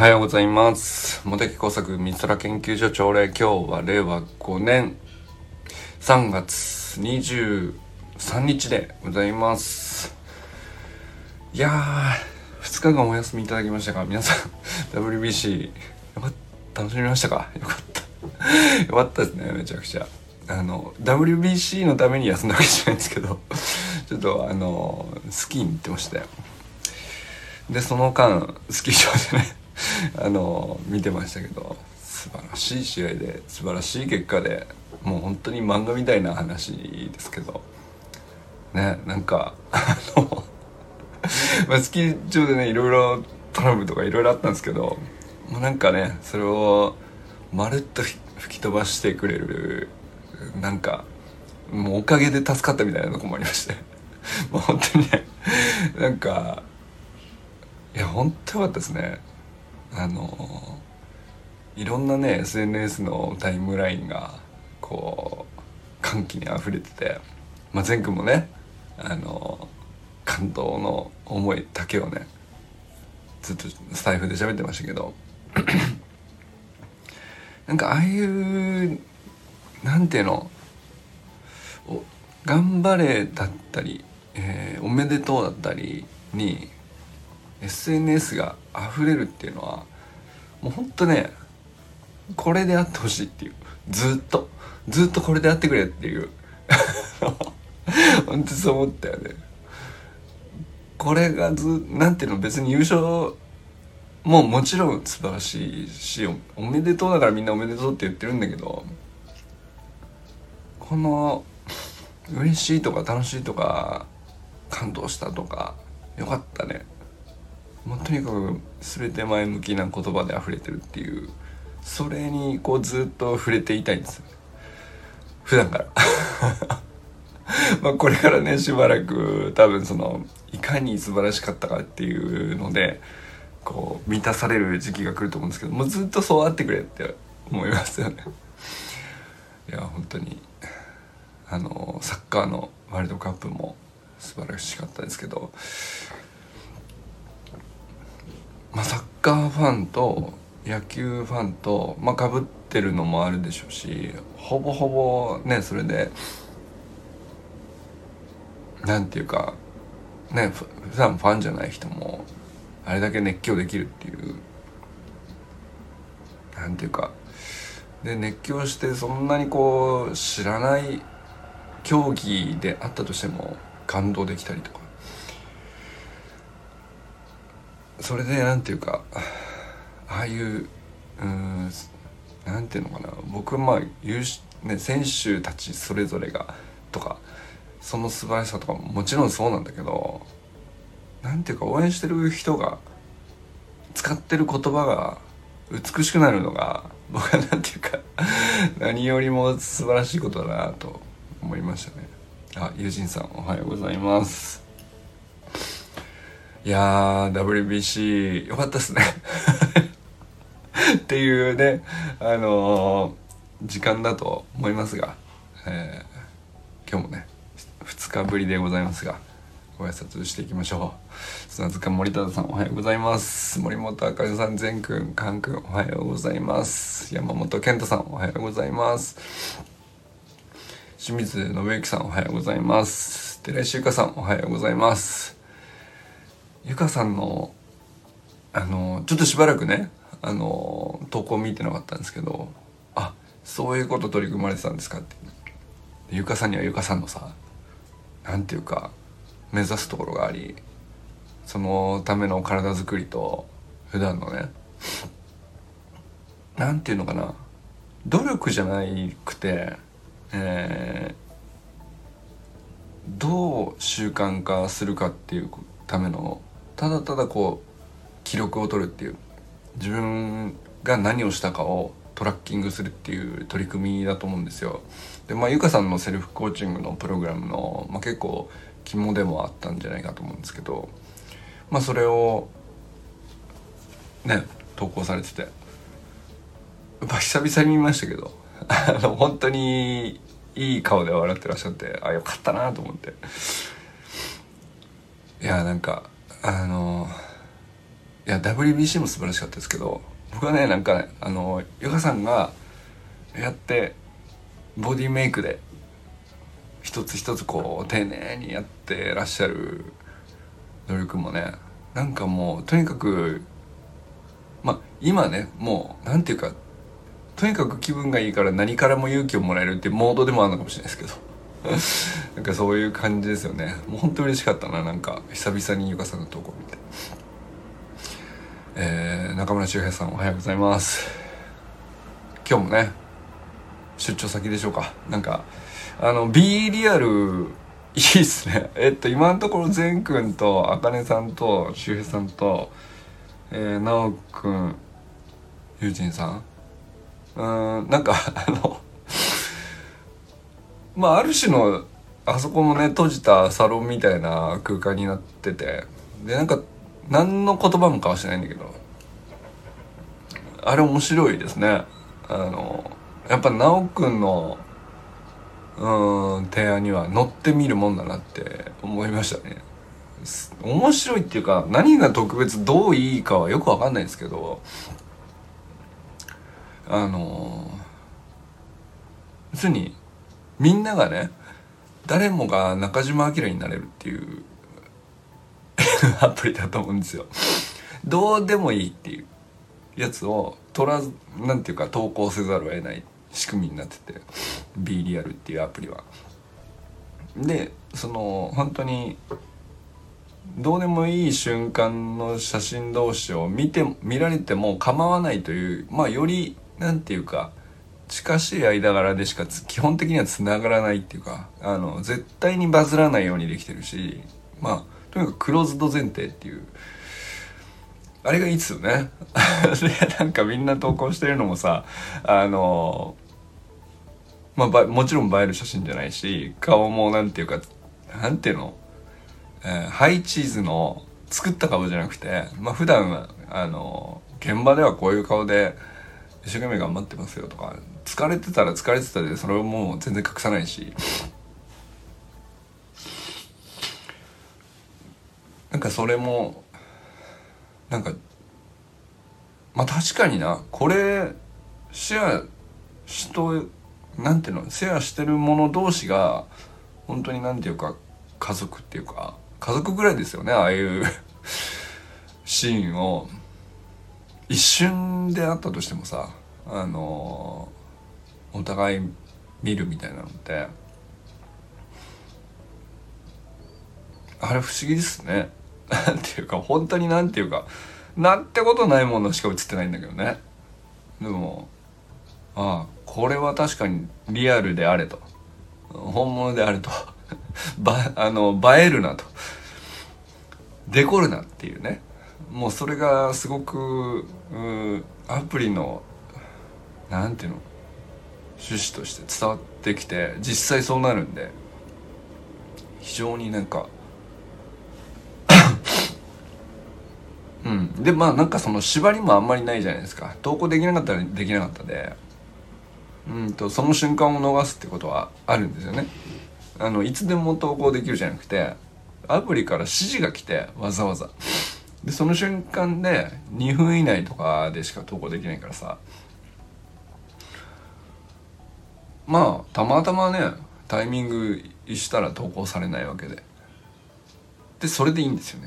はようございます。茂木工作美空研究所朝礼。今日は令和5年3月23日でございます。いやー、2日間お休みいただきましたが、皆さんWBC 楽しみましたか？よかったよかったですね。めちゃくちゃWBC のために休んだわけじゃないんですけどちょっとスキーに行ってましたよ。でその間スキー場でね見てましたけど、素晴らしい試合で素晴らしい結果で、もう本当に漫画みたいな話ですけどね、なんかスキー場でね、いろいろトラブルとかいろいろあったんですけど、もうなんかね、それをまるっと吹き飛ばしてくれる、なんかもうおかげで助かったみたいなとこもありましてもう本当にね、なんかいや本当よかったですね。いろんなね SNS のタイムラインがこう歓喜にあふれてて、前君もね感動の思いだけをねずっとスタイフで喋ってましたけどなんかああいうなんていうの、頑張れだったり、おめでとうだったりに SNS が溢れるっていうのはもうほんとね、これであってほしいっていう、ずっとこれであってくれっていう本当にそう思ったよね。これがなんていうの、別に優勝ももちろん素晴らしいし、おめでとうだからみんなおめでとうって言ってるんだけど、この嬉しいとか楽しいとか感動したとかよかったね、もうとにかく全て前向きな言葉で溢れてるっていう、それにこうずっと触れていたいんですよ、普段からこれからねしばらく多分いかに素晴らしかったかっていうのでこう満たされる時期が来ると思うんですけど、もうずっとそうあってくれって思いますよね。いや本当にサッカーのワールドカップも素晴らしかったですけど、サッカーファンと野球ファンと被ってるのもあるでしょうし、ほぼほぼねそれでなんていうかね、普段ファンじゃない人もあれだけ熱狂できるっていう、なんていうかで熱狂して、そんなにこう知らない競技であったとしても感動できたりとか、それでなんていうかああいうなんていうのかな、僕は選手たちそれぞれがとかその素晴らしさとかももちろんそうなんだけど、なんていうか応援してる人が使ってる言葉が美しくなるのが僕はなんていうか何よりも素晴らしいことだなと思いましたね。友人さんおはようございます。いやー WBC 良かったですねっていうね時間だと思いますが、今日もね2日ぶりでございますがご挨拶していきましょう。砂塚森忠さんおはようございます。森本あかりさん、善くん、かんくんおはようございます。山本健太さんおはようございます。清水信之さんおはようございます。寺石ゆかさんおはようございます。ゆかさんのちょっとしばらくね投稿見てなかったんですけど、そういうこと取り組まれてたんですかって。ゆかさんにはゆかさんのさ、なんていうか目指すところがあり、そのための体作りと普段のね、なんていうのかな、努力じゃなくて、どう習慣化するかっていうための、ただただこう記録を取るっていう、自分が何をしたかをトラッキングするっていう取り組みだと思うんですよ。でゆかさんのセルフコーチングのプログラムの、結構肝でもあったんじゃないかと思うんですけど、それをね投稿されてて、やっぱ久々に見ましたけど本当にいい顔で笑ってらっしゃって、よかったなと思って、いやなんかいや WBC も素晴らしかったですけど、僕はねなんかねヨガさんがやってボディメイクで一つ一つこう丁寧にやってらっしゃる努力もね、なんかもうとにかく今ねもうなんていうか、とにかく気分がいいから何からも勇気をもらえるっていうモードでもあるのかもしれないですけどなんかそういう感じですよね。もう本当嬉しかったな、なんか久々にゆかさんの投稿を見て。中村修平さんおはようございます。今日もね出張先でしょうか。なんかB リアルいいっすね。今のところ善くんとあかねさんと周平さんと、なおくん、ゆうじんさん、なんかある種のあそこもね閉じたサロンみたいな空間になってて、でなんか何の言葉も交わしてないんだけど、あれ面白いですね。やっぱなおくんの提案には乗ってみるもんだなって思いましたね。面白いっていうか、何が特別どういいかはよくわかんないんですけど、別にみんながね、誰もが中島明になれるっていうアプリだと思うんですよ。どうでもいいっていうやつを取らず、なんていうか投稿せざるを得ない仕組みになってて、 B リアルっていうアプリは。で本当にどうでもいい瞬間の写真同士を見られても構わないという、よりなんていうか近しい間柄でしか基本的には繋がらないっていうか、絶対にバズらないようにできてるし、とにかくクローズド前提っていうあれがいいっすよねでなんかみんな投稿してるのもさ、もちろん映える写真じゃないし、顔もなんていうか、なんていうの、ハイチーズの作った顔じゃなくて、普段は現場ではこういう顔で一生懸命頑張ってますよとか、疲れてたら疲れてたでそれをもう全然隠さないし、なんかそれもなんか確かにな、これシェアしとなんていうの、シェアしてる者同士が本当になんていうか家族っていうか、家族ぐらいですよね、ああいうシーンを一瞬であったとしてもさ、お互い見るみたいなのって、あれ不思議ですねなんていうか本当になんていうか、なんてことないものしか映ってないんだけどね。でもこれは確かにリアルであれと、本物であると映えるなと、デコるなっていうね、もうそれがすごくアプリのなんていうの趣旨として伝わってきて、実際そうなるんで非常になんかでなんかその縛りもあんまりないじゃないですか。投稿できなかったらできなかったで、その瞬間を逃すってことはあるんですよね。いつでも投稿できるじゃなくて、アプリから指示が来てわざわざで、その瞬間で2分以内とかでしか投稿できないからさ、たまたまねタイミングしたら投稿されないわけでそれでいいんですよね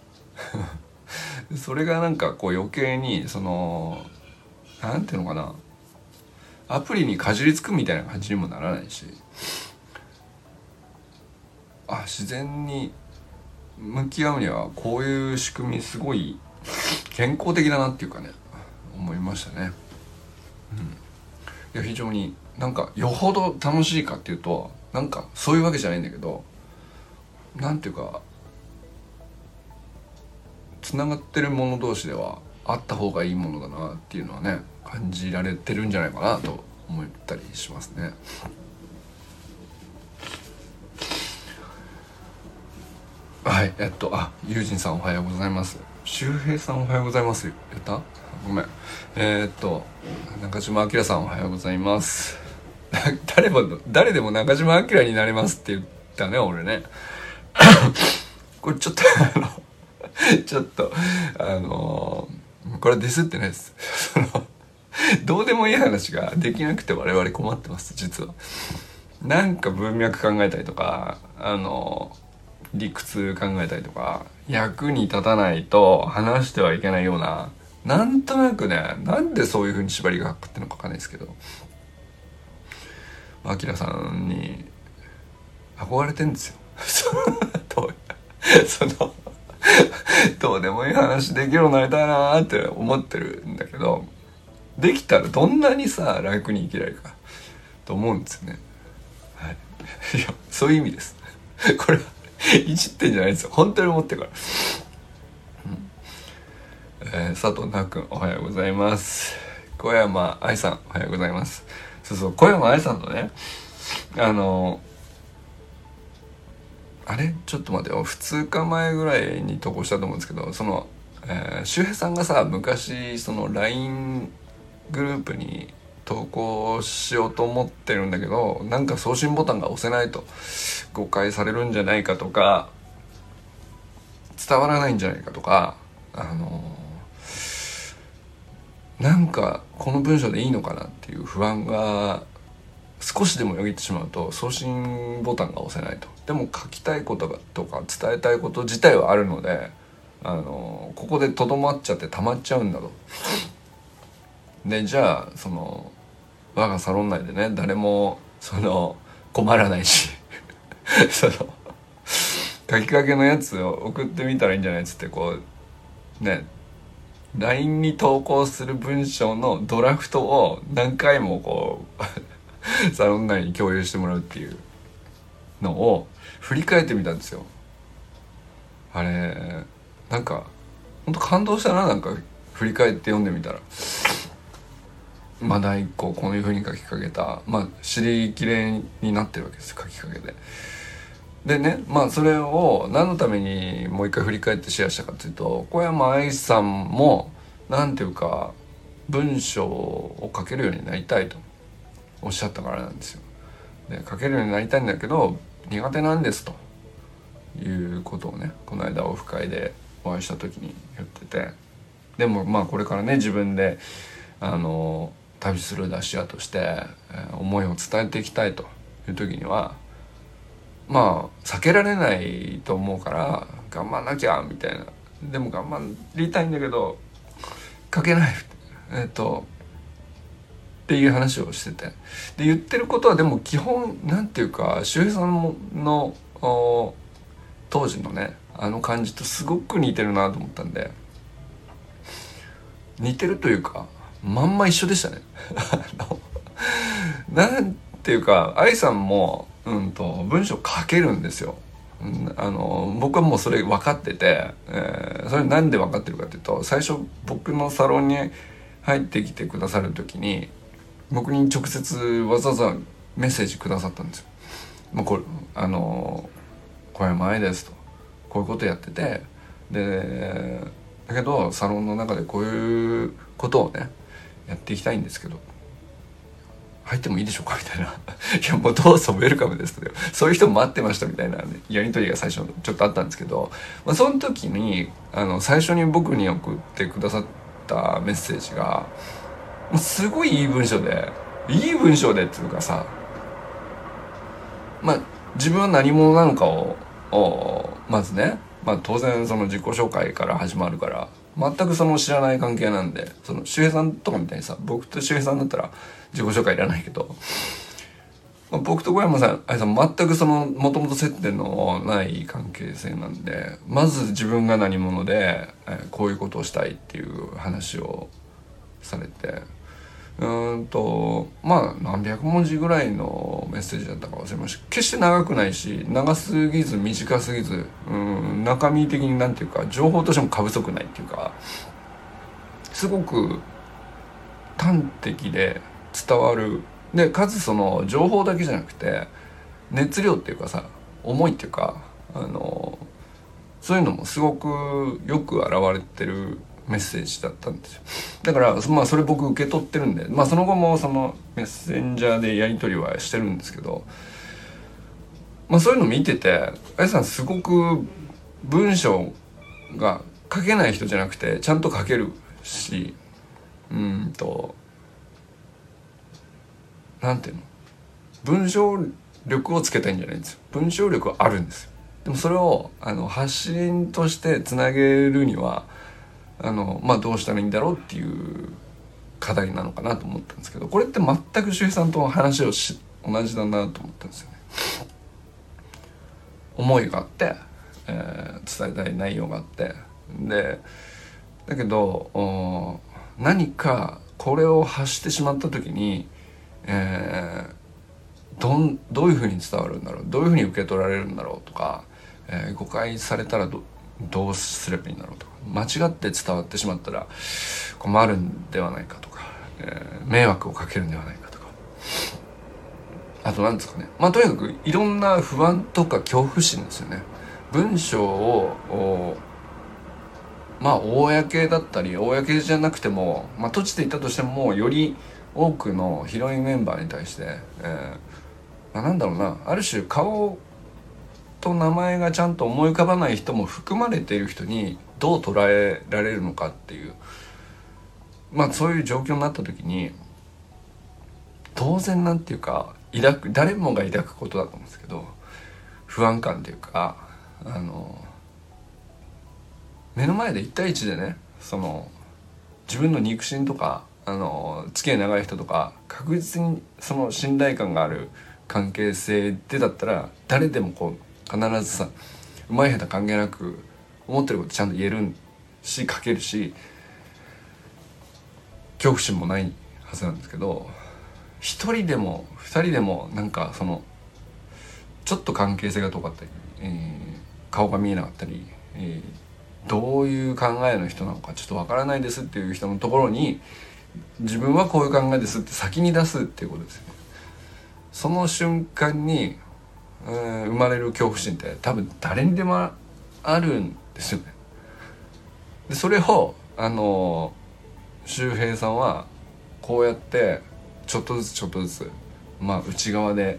それがなんかこう余計になんていうのかな、アプリにかじりつくみたいな感じにもならないし、自然に向き合うにはこういう仕組みすごい健康的だなっていうかね、思いましたね。いや非常になんかよほど楽しいかっていうとなんかそういうわけじゃないんだけど、なんていうかつながってる者同士ではあった方がいいものだなっていうのはね感じられてるんじゃないかなと思ったりしますね。はい、ゆうじんさんおはようございます。周平さんおはようございます。やったごめん。中島明さんおはようございます。誰でも中島明になれますって言ったね俺ねこれちょっとちょっとこれディスってないですどうでもいい話ができなくて我々困ってます。実はなんか文脈考えたりとか理屈考えたりとか役に立たないと話してはいけないような、なんとなくね、なんでそういう風に縛りがかかってるのかわかんないですけど、アキラさんに憧れてんですよそのどうでもいい話できるようになりたいなーって思ってるんだけど、できたらどんなにさ楽に生きられるかと思うんですよね。はい、いやそういう意味ですこれはいじってんじゃないですよ、本当に思ってるから、佐藤なくんおはようございます。小山愛さんおはようございます。そうそう、小山愛さんとね、あれちょっと待ってよ、2日前ぐらいに投稿したと思うんですけど、周平さんがさ昔その LINE グループに投稿しようと思ってるんだけど、なんか送信ボタンが押せないと誤解されるんじゃないかとか伝わらないんじゃないかとか、なんかこの文章でいいのかなっていう不安が少しでもよぎってしまうと送信ボタンが押せないと。でも書きたいこととか伝えたいこと自体はあるので、ここでとどまっちゃって溜まっちゃうんだと。でじゃあ我がサロン内でね誰も困らないし書きかけのやつを送ってみたらいいんじゃないっつってこうね LINE に投稿する文章のドラフトを何回もこうサロン内に共有してもらうっていうのを振り返ってみたんですよ。あれなんかほんと感動したな。なんか振り返って読んでみたら、第一個こういう風に書きかけた、尻切れになってるわけですよ、書きかけで。でね、それを何のためにもう一回振り返ってシェアしたかというと、小山愛さんもなんていうか文章を書けるようになりたいとおっしゃったからなんですよ。で書けるようになりたいんだけど苦手なんですということをね、この間オフ会でお会いした時に言ってて、でもこれからね自分で旅する出し屋として、思いを伝えていきたいという時には避けられないと思うから頑張んなきゃみたいな。でも頑張りたいんだけど書けないっていう話をしてて、で言ってることはでも基本なんていうか周平さんの当時のね感じとすごく似てるなと思ったんで、似てるというかまんま一緒でしたねなんていうか愛さんも文章書けるんですよ。僕はもうそれ分かってて、それなんで分かってるかっていうと、最初僕のサロンに入ってきてくださる時に僕に直接わざわざメッセージくださったんですよ。これ小山愛ですと、こういうことやってて、でだけどサロンの中でこういうことをねやっていきたいんですけど入ってもいいでしょうかみたいないやもうどうぞウェルカムですと、そういう人も待ってましたみたいな、やり取りが最初ちょっとあったんですけど、その時に最初に僕に送ってくださったメッセージがもうすごいいい文章でっていうかさ、自分は何者なのかをまずね、当然その自己紹介から始まるから全く知らない関係なんで、周平さんとかみたいにさ、僕と周平さんだったら自己紹介いらないけど、僕と小山さんあれさん全くもともと接点のない関係性なんで、まず自分が何者で、こういうことをしたいっていう話をされて、何百文字ぐらいのメッセージだったか忘れました。決して長くないし長すぎず短すぎず、中身的になんていうか情報としても過不足ないっていうか、すごく端的で伝わる。でかつ情報だけじゃなくて熱量っていうかさ、思いっていうかそういうのもすごくよく現れてるメッセージだったんですよ。だからそれ僕受け取ってるんで、その後もメッセンジャーでやり取りはしてるんですけど、そういうの見ててあやさんすごく文章が書けない人じゃなくてちゃんと書けるし、なんていうの、文章力をつけたいんじゃないんですよ。文章力はあるんですよ。でもそれを発信としてつなげるにはどうしたらいいんだろうっていう課題なのかなと思ったんですけど、これって全く周平さんと話を同じだなと思ったんですよね。思いがあって、伝えたい内容があって、でだけど何かこれを発してしまった時に、どういうふうに伝わるんだろう、どういうふうに受け取られるんだろうとか、誤解されたらどうすればいいんだろうとか、間違って伝わってしまったら困るんではないかとか、迷惑をかけるんではないかとか、あと何ですかね、とにかくいろんな不安とか恐怖心ですよね。文章を公だったり公じゃなくても、閉じていたとしてもより多くの広いメンバーに対して、なんだろうな、ある種顔と名前がちゃんと思い浮かばない人も含まれている人にどう捉えられるのかっていう、そういう状況になった時に当然なんていうか誰もが抱くことだと思うんですけど、不安感っていうか目の前で1対1でね、自分の肉親とか付き合い長い人とか確実にその信頼感がある関係性でだったら誰でも必ずさ、うまい下手関係なく思ってることちゃんと言えるし書けるし恐怖心もないはずなんですけど、一人でも二人でもちょっと関係性が遠かったり、顔が見えなかったり、どういう考えの人なのかちょっとわからないですっていう人のところに自分はこういう考えですって先に出すっていうことですよね。その瞬間に生まれる恐怖心って多分誰にでもあるんですよね。でそれを周平さんはこうやってちょっとずつ内側で、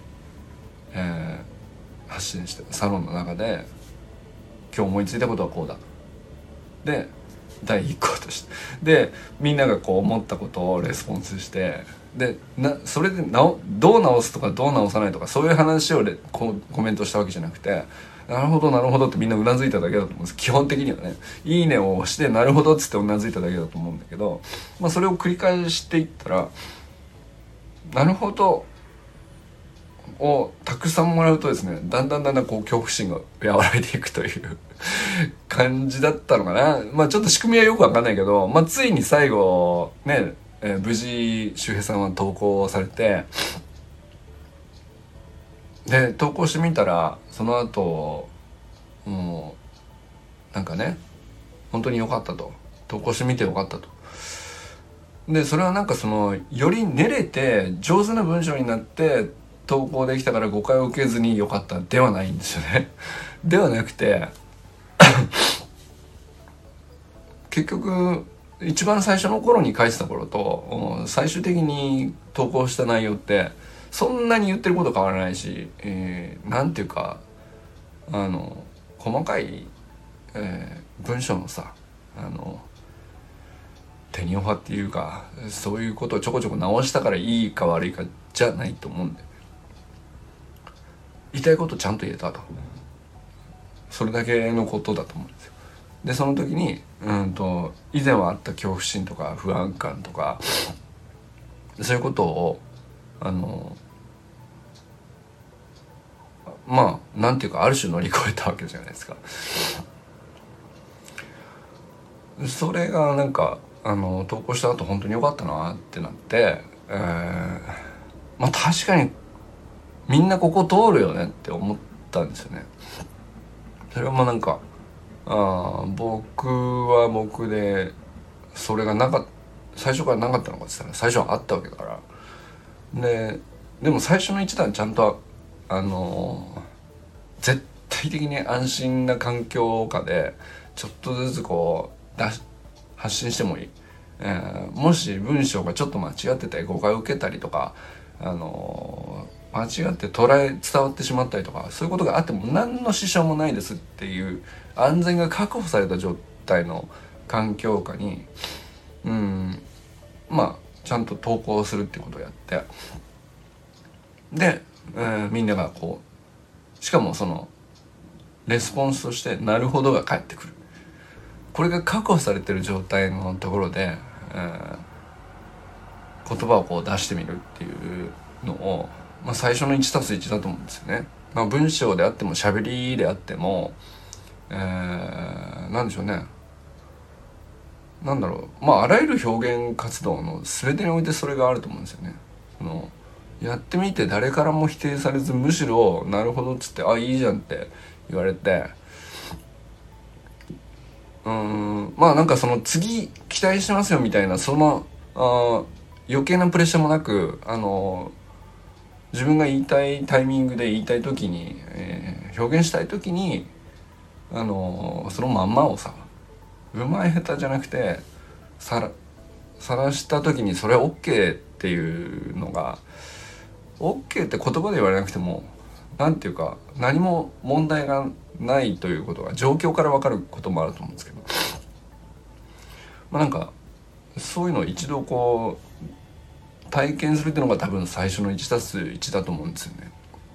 発信してサロンの中で今日思いついたことはこうだで第一項としてでみんなが思ったことをレスポンスしてでそれでどう直すとかどう直さないとかそういう話をコメントしたわけじゃなくて、なるほどってみんなうなずいただけだと思うんです。基本的にはね、いいねを押してなるほどっつってうなずいただけだと思うんだけど、それを繰り返していったらなるほどをたくさんもらうとですね、だんだん恐怖心が和らいでいくという感じだったのかな。ちょっと仕組みはよくわかんないけど、ついに最後ね、無事周平さんは投稿されて、で投稿してみたらその後もう本当に良かったと、投稿してみて良かったと。でそれはより練れて上手な文章になって投稿できたから誤解を受けずに良かったではないんですよね。ではなくて結局一番最初の頃に書いてた頃と最終的に投稿した内容ってそんなに言ってること変わらないし、なんていうか細かい、文章のさ手にオファっていうかそういうことをちょこちょこ直したからいいか悪いかじゃないと思うんで、言いたいことちゃんと言えたと、それだけのことだと思うんですよ。でその時に以前はあった恐怖心とか不安感とかそういうことをなんていうかある種乗り越えたわけじゃないですか。それが投稿した後本当に良かったなってなって、確かにみんなここ通るよねって思ったんですよね。それは僕は僕でそれが最初からなかったのかって言ったら最初はあったわけだから。でも最初の一段ちゃんと絶対的に安心な環境下でちょっとずつ発信してもいい、もし文章がちょっと間違ってて誤解を受けたりとか間違って伝わってしまったりとかそういうことがあっても何の支障もないですっていう安全が確保された状態の環境下にちゃんと投稿するってことをやってで、みんながこうしかもそのレスポンスとしてなるほどが返ってくる。これが確保されてる状態のところで、言葉をこう出してみるっていうのを、最初の 1+1 だと思うんですよね。文章であっても喋りであっても、なんでしょうね、なんだろう、あらゆる表現活動の全てにおいてそれがあると思うんですよね。やってみて誰からも否定されず、むしろなるほどっつっていいじゃんって言われて、なんかその次期待してますよみたいなその余計なプレッシャーもなく、自分が言いたいタイミングで言いたい時に、表現したい時にそのまんまをさ、うまい下手じゃなくてさらした時にそれ OK っていうのが OK って言葉で言われなくてもなんていうか何も問題がないということが状況から分かることもあると思うんですけど、なんかそういうのを一度こう体験するっていうのが多分最初の 1+1 だと思うんですよね。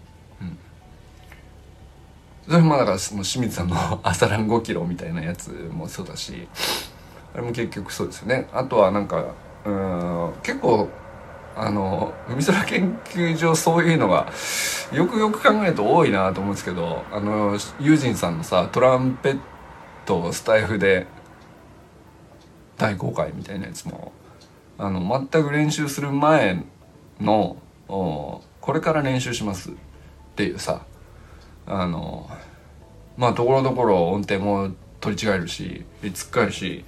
それもだから清水さんの朝ラン5キロみたいなやつもそうだし、あれも結局そうですよね。あとはなんか結構海空研究所そういうのがよくよく考えると多いなと思うんですけど、ユージンさんのさトランペットスタイフで大公開みたいなやつも全く練習する前のこれから練習しますっていうさ、ところどころ音程も取り違えるしつっかえるし、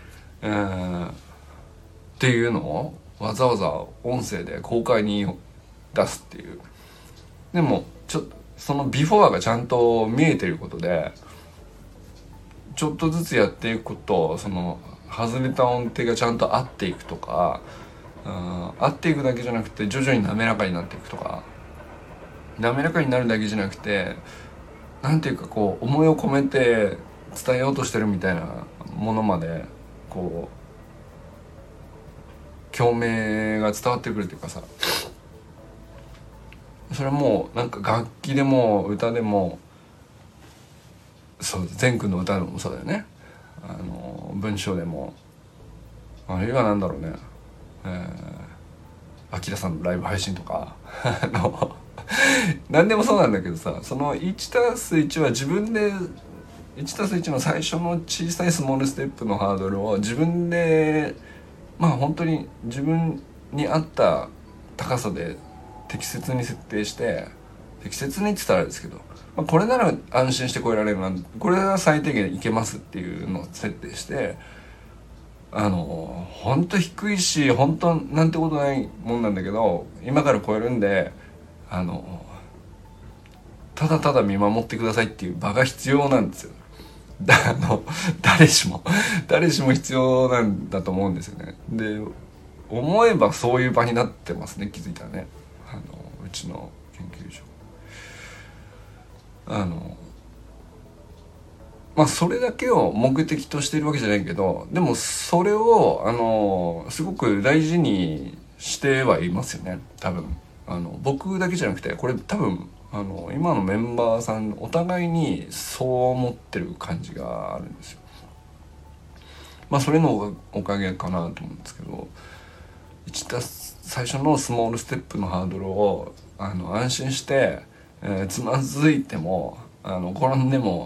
っていうのをわざわざ音声で公開に出すっていう。でもちょっとそのビフォアがちゃんと見えてることでちょっとずつやっていくことその外れた音程がちゃんと合っていくとか、合っていくだけじゃなくて徐々に滑らかになっていくとか、滑らかになるだけじゃなくてなんていうかこう思いを込めて伝えようとしてるみたいなものまでこう共鳴が伝わってくるっていうかさ、それはもうなんか楽器でも歌でもそう善くんの歌でもそうだよね。文章でもあるいはなんだろうね、アキラさんのライブ配信とか何でもそうなんだけどさ、その 1+1 は自分で 1+1 の最初の小さいスモールステップのハードルを自分で本当に自分に合った高さで適切に設定して、適切にって言ったらあれですけど、これなら安心して超えられるな、これは最低限いけますっていうのを設定して、ほんと低いし本当なんてことないもんなんだけど今から超えるんでただただ見守ってくださいっていう場が必要なんですよ。誰しも必要なんだと思うんですよね。で思えばそういう場になってますね、気づいたらね。うちの研究所それだけを目的としているわけじゃないけど、でもそれをすごく大事にしてはいますよね、多分。僕だけじゃなくてこれ多分今のメンバーさんお互いにそう思ってる感じがあるんですよ。それのおかげかなと思うんですけど、最初のスモールステップのハードルを安心して、つまずいても転んでも、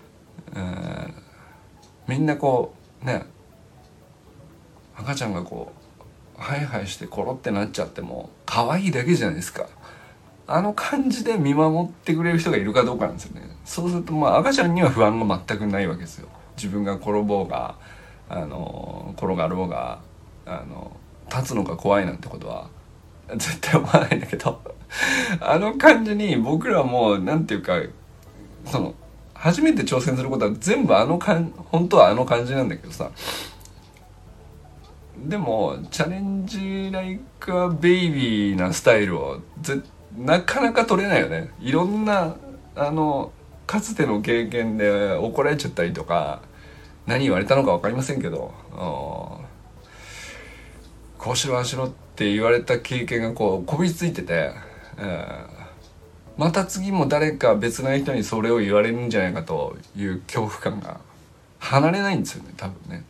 みんなこうね、赤ちゃんがこうハイハイしてコロってなっちゃっても可愛いだけじゃないですか。感じで見守ってくれる人がいるかどうかなんですよね。そうすると赤ちゃんには不安が全くないわけですよ。自分が転ぼうが転がろうが立つのが怖いなんてことは絶対思わないんだけど感じに僕らもなんていうか初めて挑戦することは全部本当は感じなんだけどさ、でもチャレンジライクアベイビーなスタイルをなかなか取れないよね。いろんなかつての経験で怒られちゃったりとか何言われたのか分かりませんけど、こうしろああしろって言われた経験がこびりついてて、また次も誰か別な人にそれを言われるんじゃないかという恐怖感が離れないんですよね、多分ね。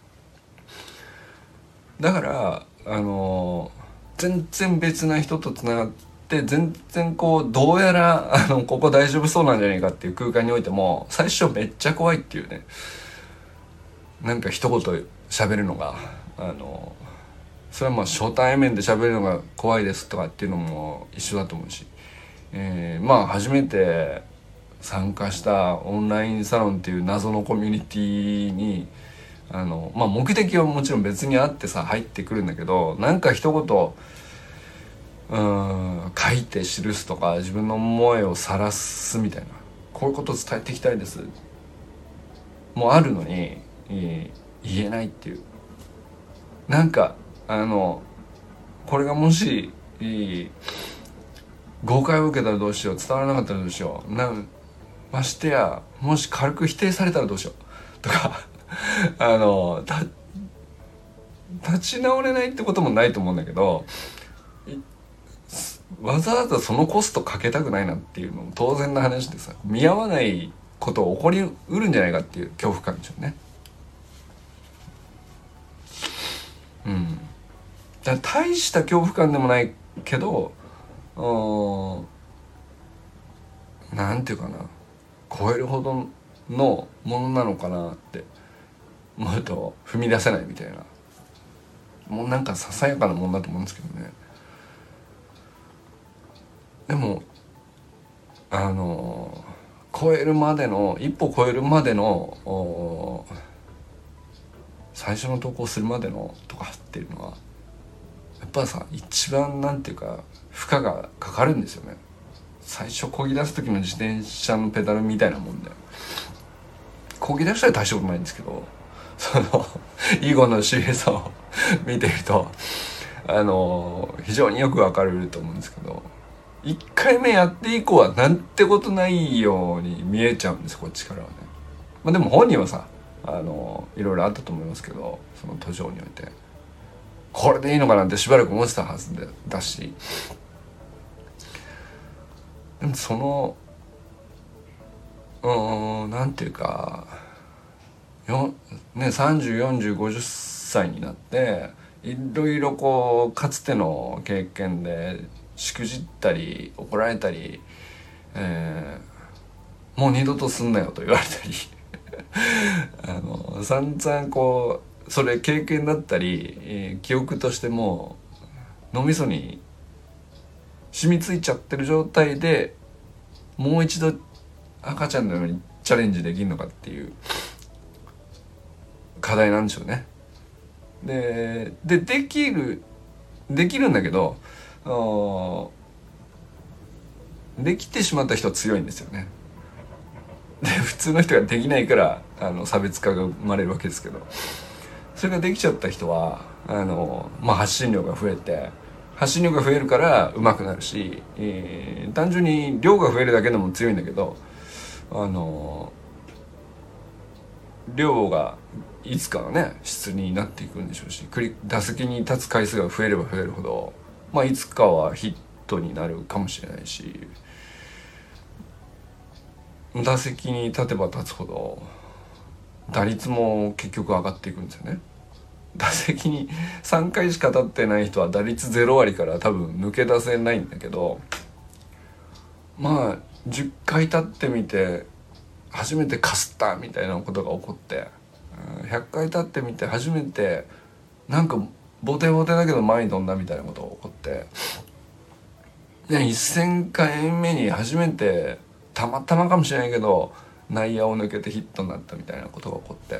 だから全然別な人とつながって全然どうやらここ大丈夫そうなんじゃないかっていう空間においても最初めっちゃ怖いっていうね、なんか一言喋るのがそれは初対面で喋るのが怖いですとかっていうのも一緒だと思うし、初めて参加したオンラインサロンっていう謎のコミュニティに目的はもちろん別にあってさ入ってくるんだけど、なんか一言書いて記すとか自分の思いを晒すみたいな、こういうことを伝えていきたいですもうあるのに言えないっていう、なんかこれがもし誤解を受けたらどうしよう、伝わらなかったらどうしよう、ましてやもし軽く否定されたらどうしようとか立ち直れないってこともないと思うんだけど、わざわざそのコストかけたくないなっていうのも当然な話でさ、見合わないこと起こりうるんじゃないかっていう恐怖感でしょうね。だから大した恐怖感でもないけど、なんていうかな、超えるほどのものなのかなって思うと踏み出せないみたいな、もうなんかささやかなもんだと思うんですけどね。でも超えるまでの一歩超えるまでの最初の投稿するまでのとかっていうのはやっぱさ一番なんていうか負荷がかかるんですよね。最初漕ぎ出す時の自転車のペダルみたいなもんで、漕ぎ出したら大したことないんですけど、その囲碁の周平さんを見てると非常によくわかると思うんですけど、1回目やって以降はなんてことないように見えちゃうんです、こっちからはね。でも本人はさいろいろあったと思いますけど、その途上においてこれでいいのかなってしばらく思ってたはずだし、でもそのなんていうか304050歳になっていろいろかつての経験でしくじったり怒られたり、もう二度とすんなよと言われたり散々それ経験だったり、記憶としても脳みそに染みついちゃってる状態でもう一度赤ちゃんのようにチャレンジできるのかっていう課題なんでしょうね。でできるんだけどできてしまった人は強いんですよね。で普通の人ができないから差別化が生まれるわけですけど、それができちゃった人は発信量が増えて、発信量が増えるから上手くなるし、単純に量が増えるだけでも強いんだけど量がいつかはね質になっていくんでしょうし、打席に立つ回数が増えれば増えるほど、いつかはヒットになるかもしれないし、打席に立てば立つほど打率も結局上がっていくんですよね。打席に3回しか立ってない人は打率0割から多分抜け出せないんだけど、10回立ってみて初めてかすったみたいなことが起こって、100回立ってみて初めてなんかボテボテだけど前に飛んだみたいなことが起こって、で1000回目に初めてたまたまかもしれないけど内野を抜けてヒットになったみたいなことが起こって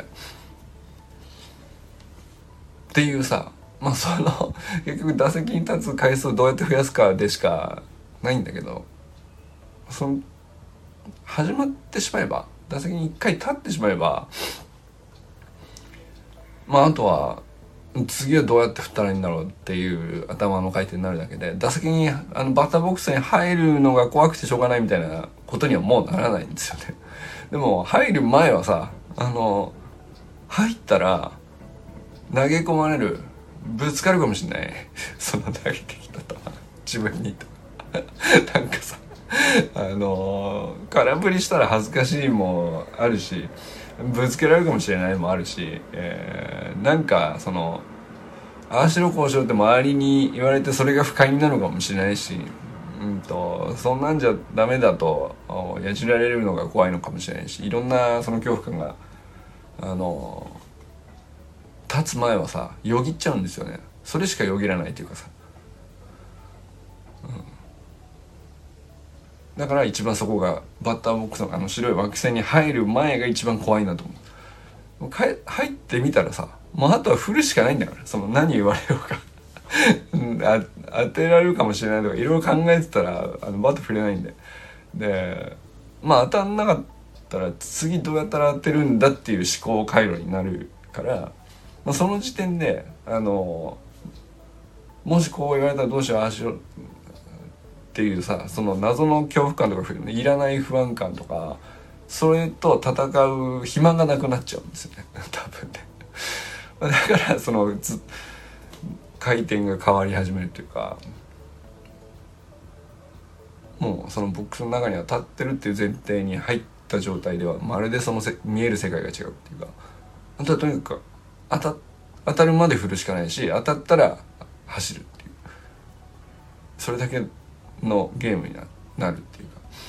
っていうさ、結局打席に立つ回数をどうやって増やすかでしかないんだけど、始まってしまえば打席に一回立ってしまえばあとは次はどうやって振ったらいいんだろうっていう頭の回転になるだけで、打席にバッターボックスに入るのが怖くてしょうがないみたいなことにはもうならないんですよね。でも入る前はさ入ったら投げ込まれる、ぶつかるかもしれないその投げてきた球自分になんかさ空振りしたら恥ずかしいもあるし、ぶつけられるかもしれないもあるし、なんかそのああしろこうしろって周りに言われてそれが不快になるかもしれないし、そんなんじゃダメだとやじられるのが怖いのかもしれないし、いろんなその恐怖感が立つ前はさよぎっちゃうんですよね。それしかよぎらないというかさ、だから一番そこがバッターボックスの白い枠線に入る前が一番怖いなと思う。入ってみたらさ、もうあとは振るしかないんだから、その何言われようか当てられるかもしれないとかいろいろ考えてたらバット振れないんで、当たんなかったら次どうやったら当てるんだっていう思考回路になるから、その時点でもしこう言われたらどうしようああしようっていうさ、その謎の恐怖感とかいらない不安感とか、それと戦う暇がなくなっちゃうんですよね多分ねだからその回転が変わり始めるというか、もうそのボックスの中には立ってるっていう前提に入った状態ではまるでその見える世界が違うっていうか、あとはとにかく当たるまで振るしかないし、当たったら走るっていう、それだけのゲームになるっていう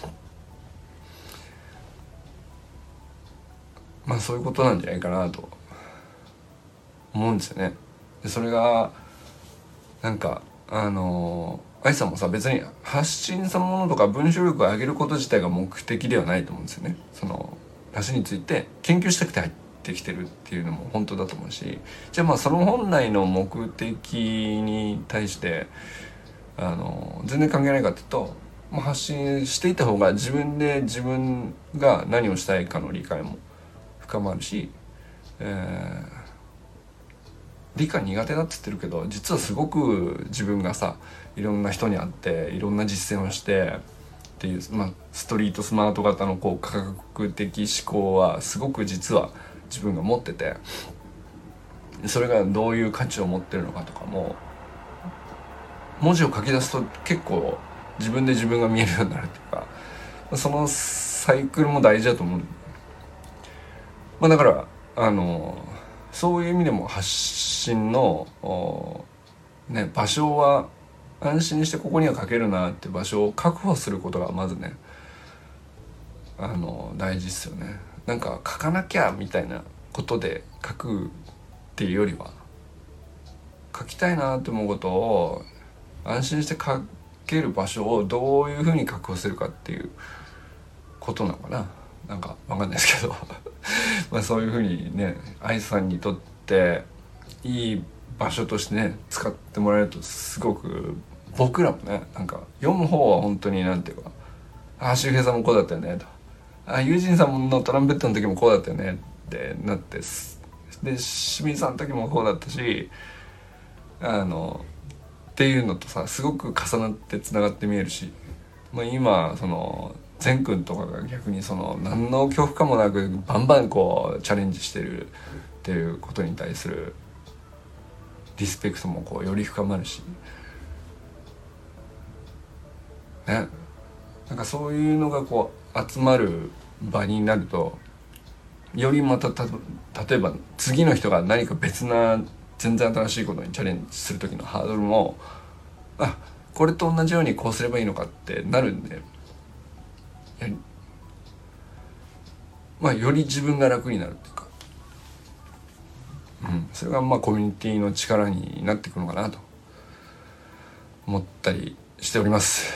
か、そういうことなんじゃないかなと思うんですよね。でそれがなんか愛さんもさ、別に発信そのものとか文章力を上げること自体が目的ではないと思うんですよね。その話について研究したくて入ってきてるっていうのも本当だと思うし、じゃあその本来の目的に対して全然関係ないかっていうと、発信していた方が自分で自分が何をしたいかの理解も深まるし、理科苦手だって言ってるけど、実はすごく自分がさいろんな人に会っていろんな実践をしてっていう、ストリートスマート型の科学的思考はすごく実は自分が持ってて、それがどういう価値を持ってるのかとかも文字を書き出すと結構自分で自分が見えるようになるっていうか、そのサイクルも大事だと思う。だからそういう意味でも発信の場所は安心してここには書けるなって場所を確保することがまずね大事ですよね。なんか書かなきゃみたいなことで書くっていうよりは、書きたいなって思うことを安心して書ける場所をどういうふうに確保するかっていうことなのかな。なんか分かんないですけどそういうふうにね、愛さんにとっていい場所としてね使ってもらえると、すごく僕らもね、なんか読む方は本当になんていうか、周平さんもこうだったよねと、ユージンさんのトランペットの時もこうだったよねってなって、で清水さんの時もこうだったしっていうのとさ、すごく重なってつながって見えるし、今その善くんとかが逆にその何の恐怖感もなくバンバンチャレンジしてるっていうことに対するリスペクトもより深まるしね。なんかそういうのが集まる場になると、よりまた例えば次の人が何か別な全然新しいことにチャレンジする時のハードルも、これと同じようにこうすればいいのかってなるんで、より自分が楽になるっていうか、それがコミュニティの力になってくるのかなと思ったりしております。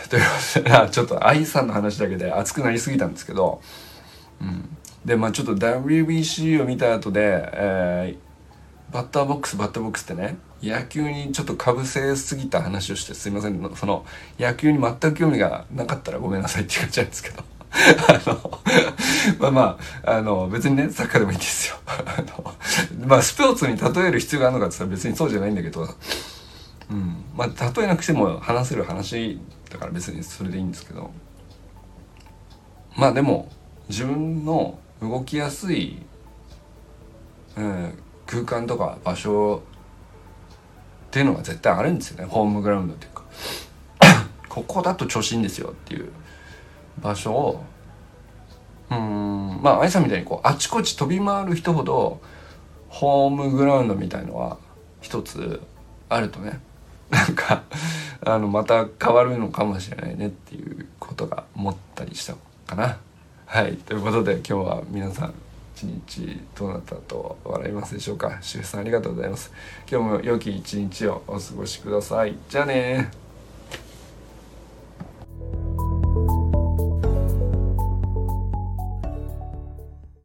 ということでちょっと愛さんの話だけで熱くなりすぎたんですけど、でちょっと WBC を見た後で、バッターボックスってね、野球にちょっとかぶせすぎた話をしてすいません。その野球に全く興味がなかったらごめんなさいって感じなんですけど別にねサッカーでもいいんですよスポーツに例える必要があるのかって言ったら別にそうじゃないんだけど、例えなくても話せる話だから別にそれでいいんですけど、でも自分の動きやすい空間とか場所っていうのが絶対あるんですよね。ホームグラウンドっていうかここだと調子いいんですよっていう場所をまあ愛さんみたいにこうあちこち飛び回る人ほどホームグラウンドみたいのは一つあるとね、なんかまた変わるのかもしれないねっていうことが思ったりしたかな。はい、ということで今日は皆さん一日どうなったと笑いますでしょうか。主婦さんありがとうございます。今日も良き一日をお過ごしください。じゃあね。